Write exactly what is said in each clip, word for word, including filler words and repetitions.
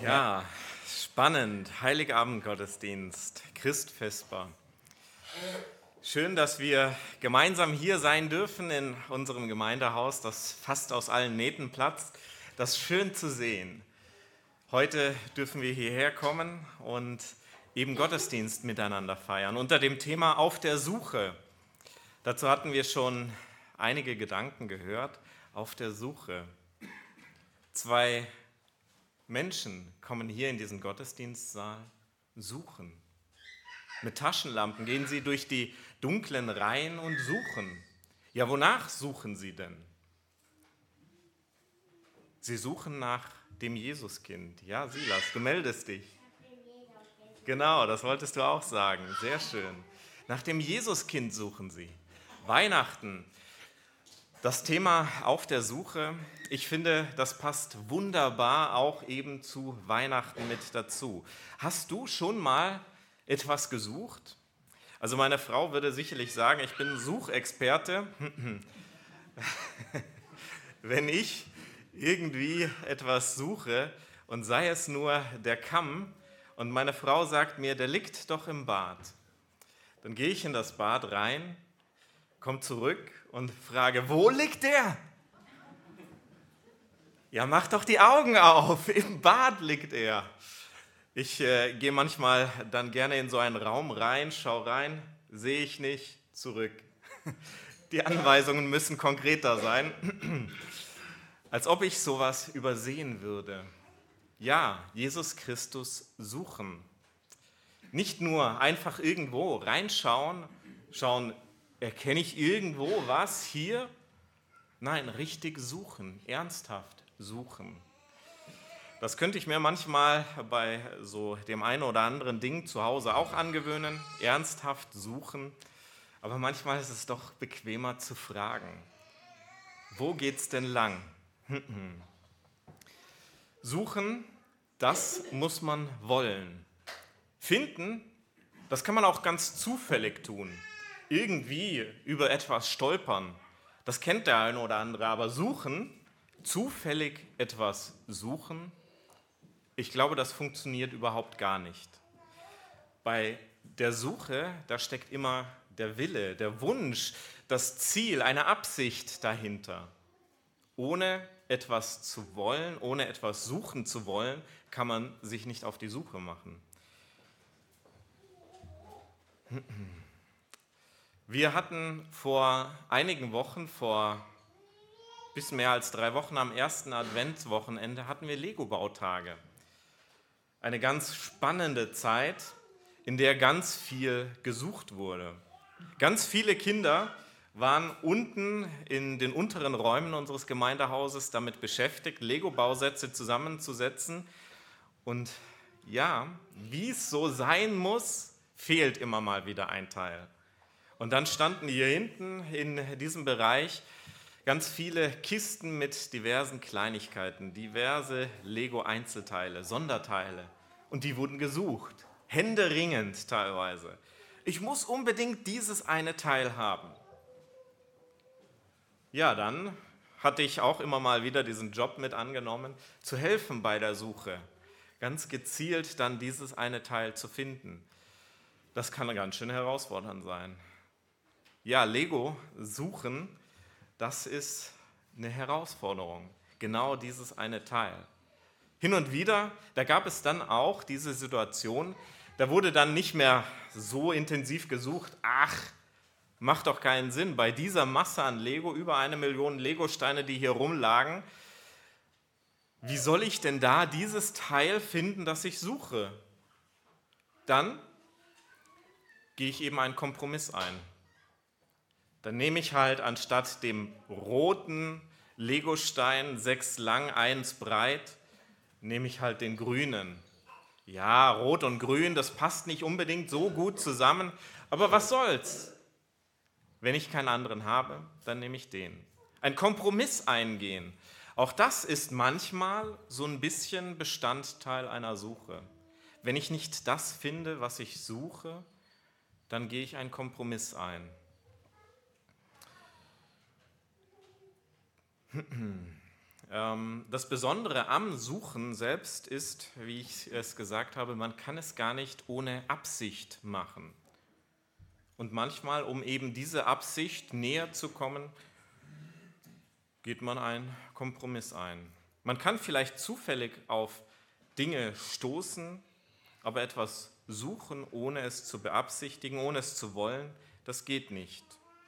Ja, spannend. Heiligabend-Gottesdienst, Christvesper. Schön, dass wir gemeinsam hier sein dürfen in unserem Gemeindehaus, das fast aus allen Nähten platzt. Das ist schön zu sehen. Heute dürfen wir hierher kommen und eben Gottesdienst miteinander feiern unter dem Thema Auf der Suche. Dazu hatten wir schon einige Gedanken gehört. Auf der Suche. Zwei Menschen kommen hier in diesen Gottesdienstsaal, suchen. Mit Taschenlampen gehen sie durch die dunklen Reihen und suchen. Ja, wonach suchen sie denn? Sie suchen nach dem Jesuskind. Ja, Silas, du meldest dich. Genau, das wolltest du auch sagen. Sehr schön. Nach dem Jesuskind suchen sie. Weihnachten. Das Thema Auf der Suche, ich finde, das passt wunderbar auch eben zu Weihnachten mit dazu. Hast du schon mal etwas gesucht? Also meine Frau würde sicherlich sagen, ich bin Suchexperte. Wenn ich irgendwie etwas suche und sei es nur der Kamm und meine Frau sagt mir, der liegt doch im Bad, dann gehe ich in das Bad rein, komme zurück und frage, wo liegt der? Ja, mach doch die Augen auf, im Bad liegt er. Ich äh, gehe manchmal dann gerne in so einen Raum rein, schau rein, sehe ich nicht, zurück. Die Anweisungen müssen konkreter sein, als ob ich sowas übersehen würde. Ja, Jesus Christus suchen. Nicht nur einfach irgendwo reinschauen, schauen, erkenne ich irgendwo was hier? Nein, richtig suchen, ernsthaft suchen. Das könnte ich mir manchmal bei so dem einen oder anderen Ding zu Hause auch angewöhnen, ernsthaft suchen. Aber manchmal ist es doch bequemer zu fragen, wo geht's denn lang? Suchen, das muss man wollen. Finden, das kann man auch ganz zufällig tun. Irgendwie über etwas stolpern, das kennt der eine oder andere, aber suchen, zufällig etwas suchen, ich glaube, das funktioniert überhaupt gar nicht. Bei der Suche, da steckt immer der Wille, der Wunsch, das Ziel, eine Absicht dahinter. Ohne etwas zu wollen, ohne etwas suchen zu wollen, kann man sich nicht auf die Suche machen. Wir hatten vor einigen Wochen, vor bis mehr als drei Wochen am ersten Adventswochenende, hatten wir Lego-Bautage. Eine ganz spannende Zeit, in der ganz viel gesucht wurde. Ganz viele Kinder waren unten in den unteren Räumen unseres Gemeindehauses damit beschäftigt, Lego-Bausätze zusammenzusetzen. Und ja, wie es so sein muss, fehlt immer mal wieder ein Teil. Und dann standen hier hinten in diesem Bereich ganz viele Kisten mit diversen Kleinigkeiten, diverse Lego-Einzelteile, Sonderteile. Und die wurden gesucht, händeringend teilweise. Ich muss unbedingt dieses eine Teil haben. Ja, dann hatte ich auch immer mal wieder diesen Job mit angenommen, zu helfen bei der Suche. Ganz gezielt dann dieses eine Teil zu finden. Das kann ganz schön herausfordernd sein. Ja, Lego suchen, das ist eine Herausforderung, genau dieses eine Teil. Hin und wieder, da gab es dann auch diese Situation, da wurde dann nicht mehr so intensiv gesucht, ach, macht doch keinen Sinn, bei dieser Masse an Lego, über eine Million Lego-Steine, die hier rumlagen, wie soll ich denn da dieses Teil finden, das ich suche? Dann gehe ich eben einen Kompromiss ein. Dann nehme ich halt anstatt dem roten Legostein, sechs lang, eins breit, nehme ich halt den grünen. Ja, rot und grün, das passt nicht unbedingt so gut zusammen, aber was soll's? Wenn ich keinen anderen habe, dann nehme ich den. Ein Kompromiss eingehen, auch das ist manchmal so ein bisschen Bestandteil einer Suche. Wenn ich nicht das finde, was ich suche, dann gehe ich einen Kompromiss ein. Das Besondere am Suchen selbst ist, wie ich es gesagt habe, man kann es gar nicht ohne Absicht machen. Und manchmal, um eben diese Absicht näher zu kommen, geht man einen Kompromiss ein. Man kann vielleicht zufällig auf Dinge stoßen, aber etwas suchen, ohne es zu beabsichtigen, ohne es zu wollen, das geht nicht.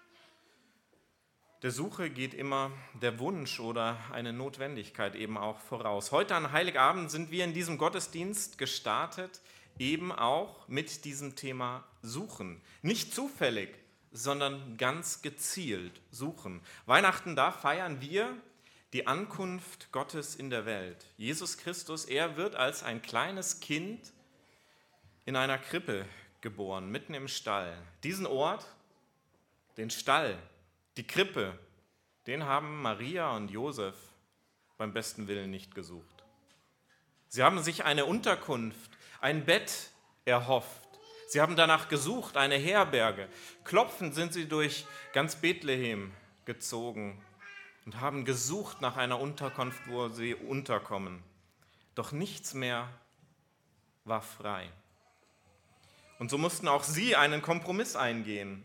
Der Suche geht immer der Wunsch oder eine Notwendigkeit eben auch voraus. Heute an Heiligabend sind wir in diesem Gottesdienst gestartet, eben auch mit diesem Thema Suchen. Nicht zufällig, sondern ganz gezielt suchen. Weihnachten, da feiern wir die Ankunft Gottes in der Welt. Jesus Christus, er wird als ein kleines Kind in einer Krippe geboren, mitten im Stall. Diesen Ort, den Stall, die Krippe, den haben Maria und Josef beim besten Willen nicht gesucht. Sie haben sich eine Unterkunft, ein Bett erhofft. Sie haben danach gesucht, eine Herberge. Klopfend sind sie durch ganz Bethlehem gezogen und haben gesucht nach einer Unterkunft, wo sie unterkommen. Doch nichts mehr war frei. Und so mussten auch sie einen Kompromiss eingehen.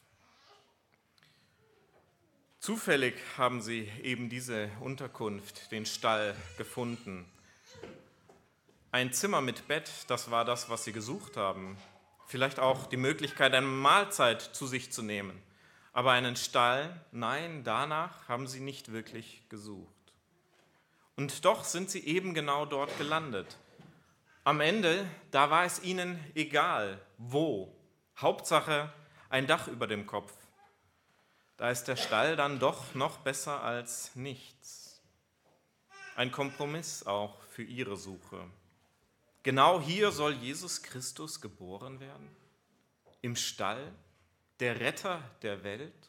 Zufällig haben sie eben diese Unterkunft, den Stall, gefunden. Ein Zimmer mit Bett, das war das, was sie gesucht haben. Vielleicht auch die Möglichkeit, eine Mahlzeit zu sich zu nehmen. Aber einen Stall, nein, danach haben sie nicht wirklich gesucht. Und doch sind sie eben genau dort gelandet. Am Ende, da war es ihnen egal, wo. Hauptsache ein Dach über dem Kopf. Da ist der Stall dann doch noch besser als nichts. Ein Kompromiss auch für ihre Suche. Genau hier soll Jesus Christus geboren werden? Im Stall? Der Retter der Welt?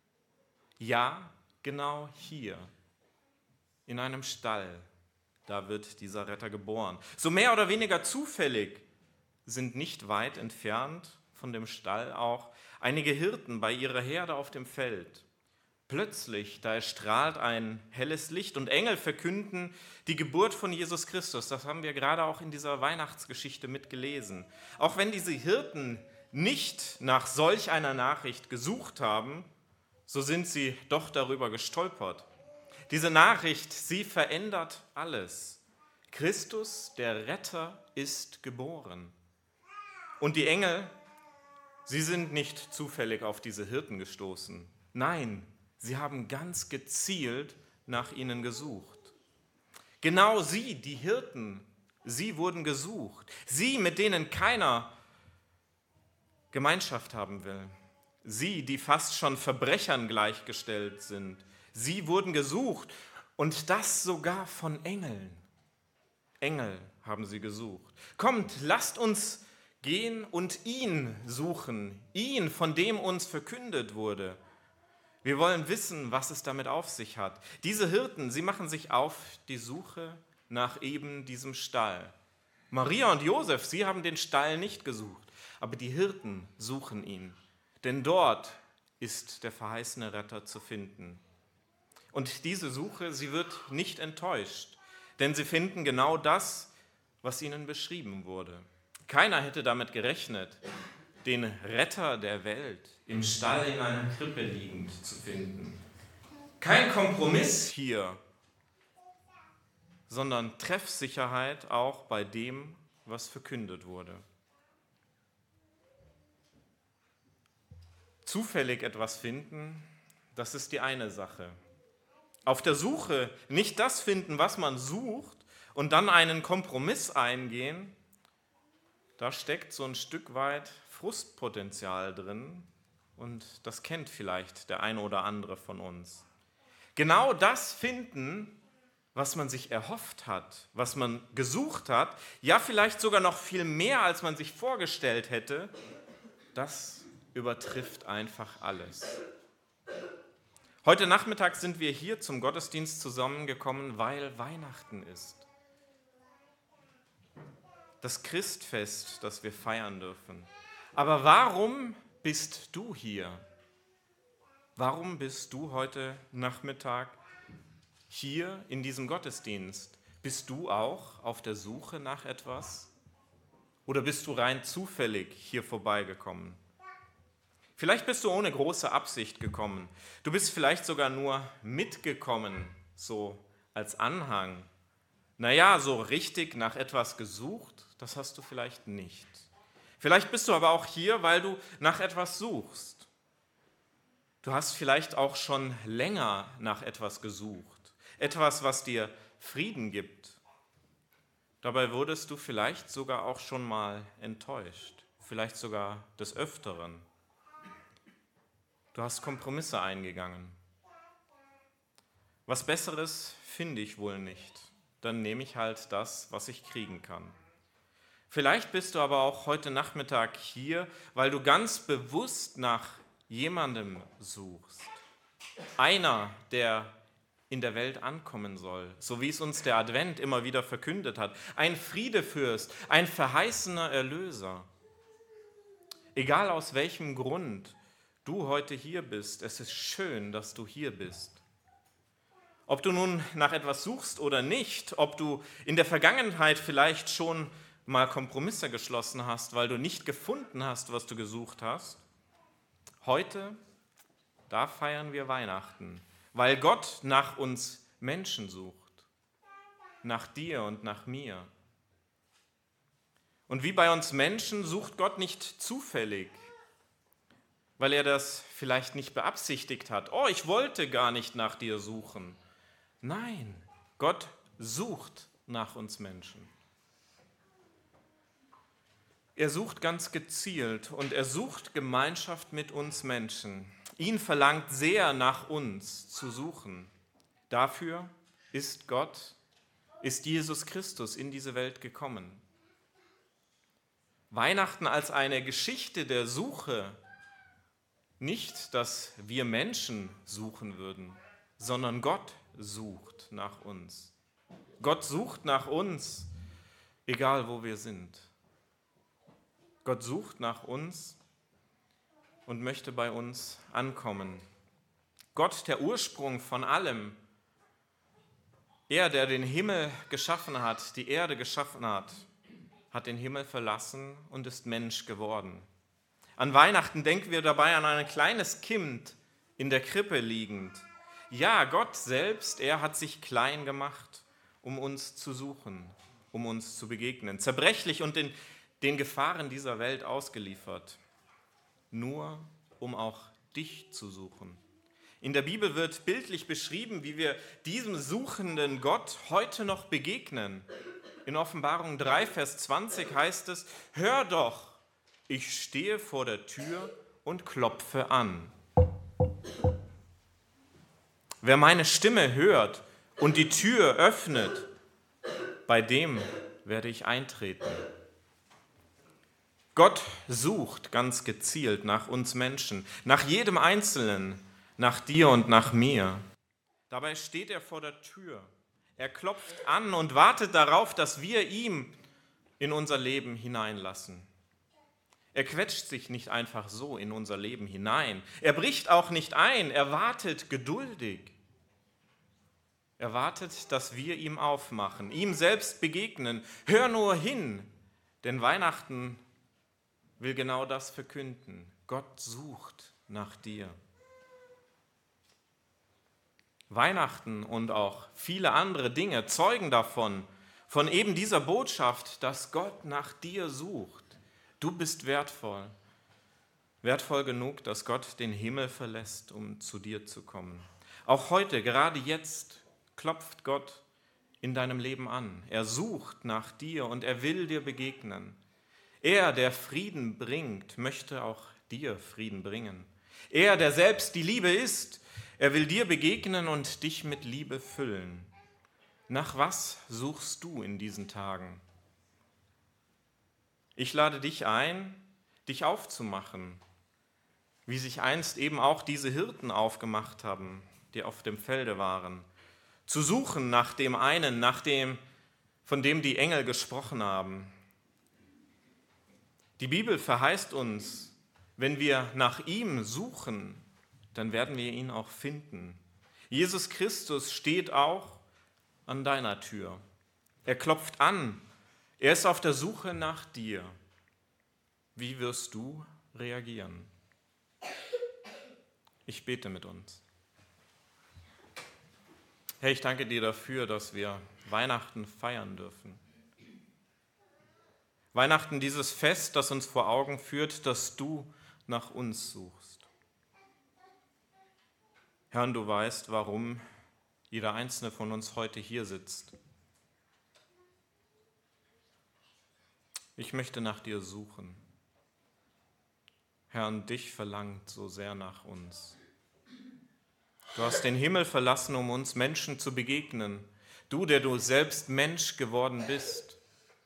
Ja, genau hier. In einem Stall. Da wird dieser Retter geboren. So mehr oder weniger zufällig sind nicht weit entfernt von dem Stall auch einige Hirten bei ihrer Herde auf dem Feld. Plötzlich, da erstrahlt ein helles Licht und Engel verkünden die Geburt von Jesus Christus. Das haben wir gerade auch in dieser Weihnachtsgeschichte mitgelesen. Auch wenn diese Hirten nicht nach solch einer Nachricht gesucht haben, so sind sie doch darüber gestolpert. Diese Nachricht, sie verändert alles. Christus, der Retter, ist geboren. Und die Engel, sie sind nicht zufällig auf diese Hirten gestoßen. Nein, sie haben ganz gezielt nach ihnen gesucht. Genau sie, die Hirten, sie wurden gesucht. Sie, mit denen keiner Gemeinschaft haben will. Sie, die fast schon Verbrechern gleichgestellt sind. Sie wurden gesucht und das sogar von Engeln. Engel haben sie gesucht. Kommt, lasst uns gehen und ihn suchen, ihn, von dem uns verkündet wurde. Wir wollen wissen, was es damit auf sich hat. Diese Hirten, sie machen sich auf die Suche nach eben diesem Stall. Maria und Josef, sie haben den Stall nicht gesucht, aber die Hirten suchen ihn, denn dort ist der verheißene Retter zu finden. Und diese Suche, sie wird nicht enttäuscht, denn sie finden genau das, was ihnen beschrieben wurde. Keiner hätte damit gerechnet, den Retter der Welt im Stall in einer Krippe liegend zu finden. Kein Kompromiss hier, sondern Treffsicherheit auch bei dem, was verkündet wurde. Zufällig etwas finden, das ist die eine Sache. Auf der Suche nicht das finden, was man sucht und dann einen Kompromiss eingehen, da steckt so ein Stück weit Frustpotenzial drin und das kennt vielleicht der eine oder andere von uns. Genau das finden, was man sich erhofft hat, was man gesucht hat, ja vielleicht sogar noch viel mehr, als man sich vorgestellt hätte, das übertrifft einfach alles. Heute Nachmittag sind wir hier zum Gottesdienst zusammengekommen, weil Weihnachten ist. Das Christfest, das wir feiern dürfen. Aber warum bist du hier? Warum bist du heute Nachmittag hier in diesem Gottesdienst, bist du auch auf der Suche nach etwas? Oder bist du rein zufällig hier vorbeigekommen? Vielleicht bist du ohne große Absicht gekommen. Du bist vielleicht sogar nur mitgekommen, so als Anhang. Naja, so richtig nach etwas gesucht, das hast du vielleicht nicht. Vielleicht bist du aber auch hier, weil du nach etwas suchst. Du hast vielleicht auch schon länger nach etwas gesucht. Etwas, was dir Frieden gibt. Dabei wurdest du vielleicht sogar auch schon mal enttäuscht. Vielleicht sogar des Öfteren. Du hast Kompromisse eingegangen. Was Besseres finde ich wohl nicht. Dann nehme ich halt das, was ich kriegen kann. Vielleicht bist du aber auch heute Nachmittag hier, weil du ganz bewusst nach jemandem suchst. Einer, der in der Welt ankommen soll, so wie es uns der Advent immer wieder verkündet hat. Ein Friedefürst, ein verheißener Erlöser. Egal aus welchem Grund du heute hier bist, es ist schön, dass du hier bist. Ob du nun nach etwas suchst oder nicht, ob du in der Vergangenheit vielleicht schon mal Kompromisse geschlossen hast, weil du nicht gefunden hast, was du gesucht hast, heute, da feiern wir Weihnachten, weil Gott nach uns Menschen sucht, nach dir und nach mir. Und wie bei uns Menschen sucht Gott nicht zufällig, weil er das vielleicht nicht beabsichtigt hat. Oh, ich wollte gar nicht nach dir suchen. Nein, Gott sucht nach uns Menschen. Er sucht ganz gezielt und er sucht Gemeinschaft mit uns Menschen. Ihn verlangt sehr nach uns zu suchen. Dafür ist Gott, ist Jesus Christus in diese Welt gekommen. Weihnachten als eine Geschichte der Suche, nicht, dass wir Menschen suchen würden, sondern Gott sucht nach uns. Gott sucht nach uns, egal wo wir sind. Gott sucht nach uns und möchte bei uns ankommen. Gott, der Ursprung von allem, er, der den Himmel geschaffen hat, die Erde geschaffen hat, hat den Himmel verlassen und ist Mensch geworden. An Weihnachten denken wir dabei an ein kleines Kind in der Krippe liegend. Ja, Gott selbst, er hat sich klein gemacht, um uns zu suchen, um uns zu begegnen. Zerbrechlich und den, den Gefahren dieser Welt ausgeliefert. Nur um auch dich zu suchen. In der Bibel wird bildlich beschrieben, wie wir diesem suchenden Gott heute noch begegnen. In Offenbarung drei, Vers zwanzig heißt es, hör doch, ich stehe vor der Tür und klopfe an. Wer meine Stimme hört und die Tür öffnet, bei dem werde ich eintreten. Gott sucht ganz gezielt nach uns Menschen, nach jedem Einzelnen, nach dir und nach mir. Dabei steht er vor der Tür. Er klopft an und wartet darauf, dass wir ihm in unser Leben hineinlassen. Er quetscht sich nicht einfach so in unser Leben hinein. Er bricht auch nicht ein, er wartet geduldig. Er wartet, dass wir ihm aufmachen, ihm selbst begegnen. Hör nur hin, denn Weihnachten will genau das verkünden. Gott sucht nach dir. Weihnachten und auch viele andere Dinge zeugen davon, von eben dieser Botschaft, dass Gott nach dir sucht. Du bist wertvoll, wertvoll genug, dass Gott den Himmel verlässt, um zu dir zu kommen. Auch heute, gerade jetzt, klopft Gott in deinem Leben an. Er sucht nach dir und er will dir begegnen. Er, der Frieden bringt, möchte auch dir Frieden bringen. Er, der selbst die Liebe ist, er will dir begegnen und dich mit Liebe füllen. Nach was suchst du in diesen Tagen? Ich lade dich ein, dich aufzumachen, wie sich einst eben auch diese Hirten aufgemacht haben, die auf dem Felde waren, zu suchen nach dem einen, nach dem, von dem die Engel gesprochen haben. Die Bibel verheißt uns, wenn wir nach ihm suchen, dann werden wir ihn auch finden. Jesus Christus steht auch an deiner Tür. Er klopft an. Er ist auf der Suche nach dir. Wie wirst du reagieren? Ich bete mit uns. Herr, ich danke dir dafür, dass wir Weihnachten feiern dürfen. Weihnachten, dieses Fest, das uns vor Augen führt, dass du nach uns suchst. Herr, und du weißt, warum jeder einzelne von uns heute hier sitzt. Ich möchte nach dir suchen. Herr, und dich verlangt so sehr nach uns. Du hast den Himmel verlassen, um uns Menschen zu begegnen. Du, der du selbst Mensch geworden bist.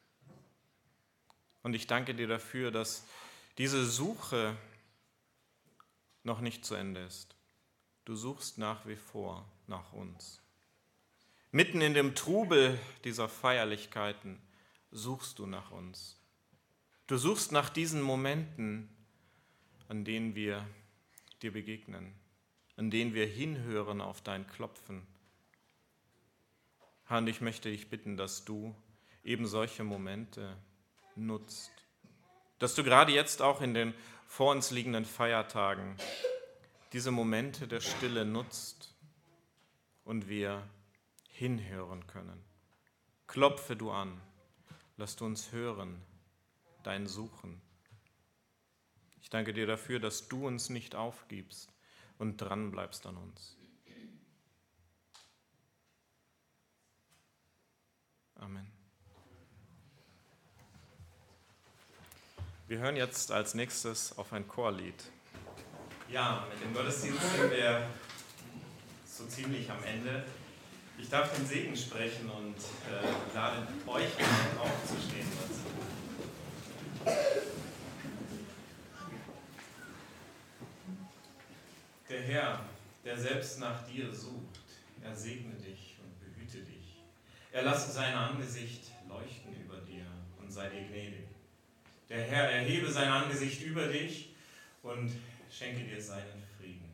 Und ich danke dir dafür, dass diese Suche noch nicht zu Ende ist. Du suchst nach wie vor nach uns. Mitten in dem Trubel dieser Feierlichkeiten suchst du nach uns. Du suchst nach diesen Momenten, an denen wir dir begegnen, an denen wir hinhören auf dein Klopfen. Herr, und ich möchte dich bitten, dass du eben solche Momente nutzt. Dass du gerade jetzt auch in den vor uns liegenden Feiertagen diese Momente der Stille nutzt und wir hinhören können. Klopfe du an, lass du uns hören, dein Suchen. Ich danke dir dafür, dass du uns nicht aufgibst und dran bleibst an uns. Amen. Wir hören jetzt als nächstes auf ein Chorlied. Ja, mit dem Gottesdienst sind wir so ziemlich am Ende. Ich darf den Segen sprechen und äh, lade euch ein, aufzustehen dazu. Der Herr, der selbst nach dir sucht, er segne dich und behüte dich. Er lasse sein Angesicht leuchten über dir und sei dir gnädig. Der Herr erhebe sein Angesicht über dich und schenke dir seinen Frieden.